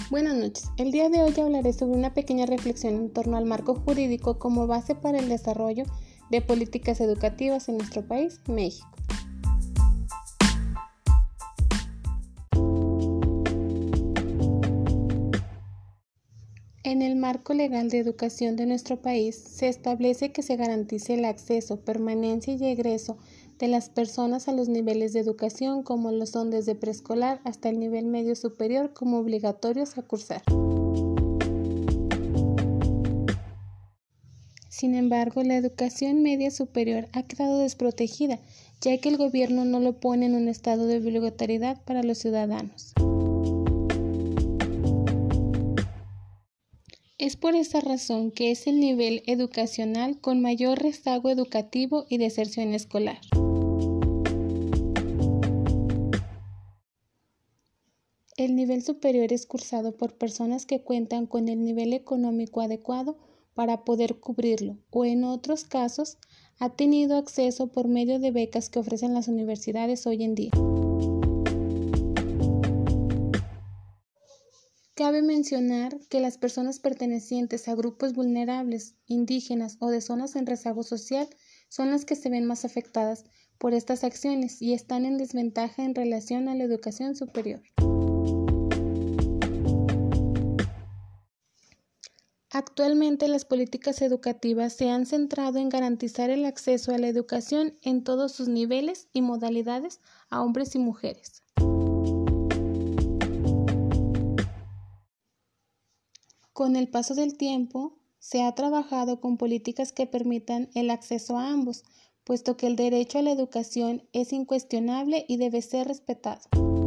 Buenas noches. El día de hoy hablaré sobre una pequeña reflexión en torno al marco jurídico como base para el desarrollo de políticas educativas en nuestro país, México. En el marco legal de educación de nuestro país se establece que se garantice el acceso, permanencia y egreso de las personas a los niveles de educación como lo son desde preescolar hasta el nivel medio superior como obligatorios a cursar. Sin embargo, la educación media superior ha quedado desprotegida, ya que el gobierno no lo pone en un estado de obligatoriedad para los ciudadanos. Es por esta razón que es el nivel educacional con mayor rezago educativo y deserción escolar. El nivel superior es cursado por personas que cuentan con el nivel económico adecuado para poder cubrirlo, o en otros casos, ha tenido acceso por medio de becas que ofrecen las universidades hoy en día. Cabe mencionar que las personas pertenecientes a grupos vulnerables, indígenas o de zonas en rezago social son las que se ven más afectadas por estas acciones y están en desventaja en relación a la educación superior. Actualmente las políticas educativas se han centrado en garantizar el acceso a la educación en todos sus niveles y modalidades a hombres y mujeres. Con el paso del tiempo, se ha trabajado con políticas que permitan el acceso a ambos, puesto que el derecho a la educación es incuestionable y debe ser respetado.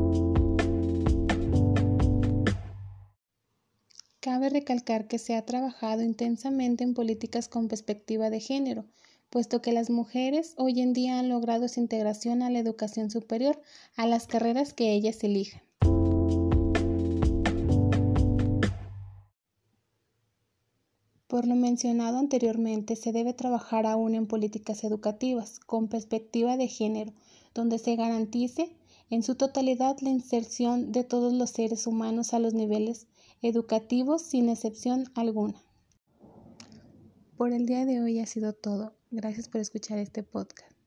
Cabe recalcar que se ha trabajado intensamente en políticas con perspectiva de género, puesto que las mujeres hoy en día han logrado su integración a la educación superior, a las carreras que ellas elijan. Por lo mencionado anteriormente, se debe trabajar aún en políticas educativas con perspectiva de género, donde se garantice en su totalidad la inserción de todos los seres humanos a los niveles educativos sin excepción alguna. Por el día de hoy ha sido todo. Gracias por escuchar este podcast.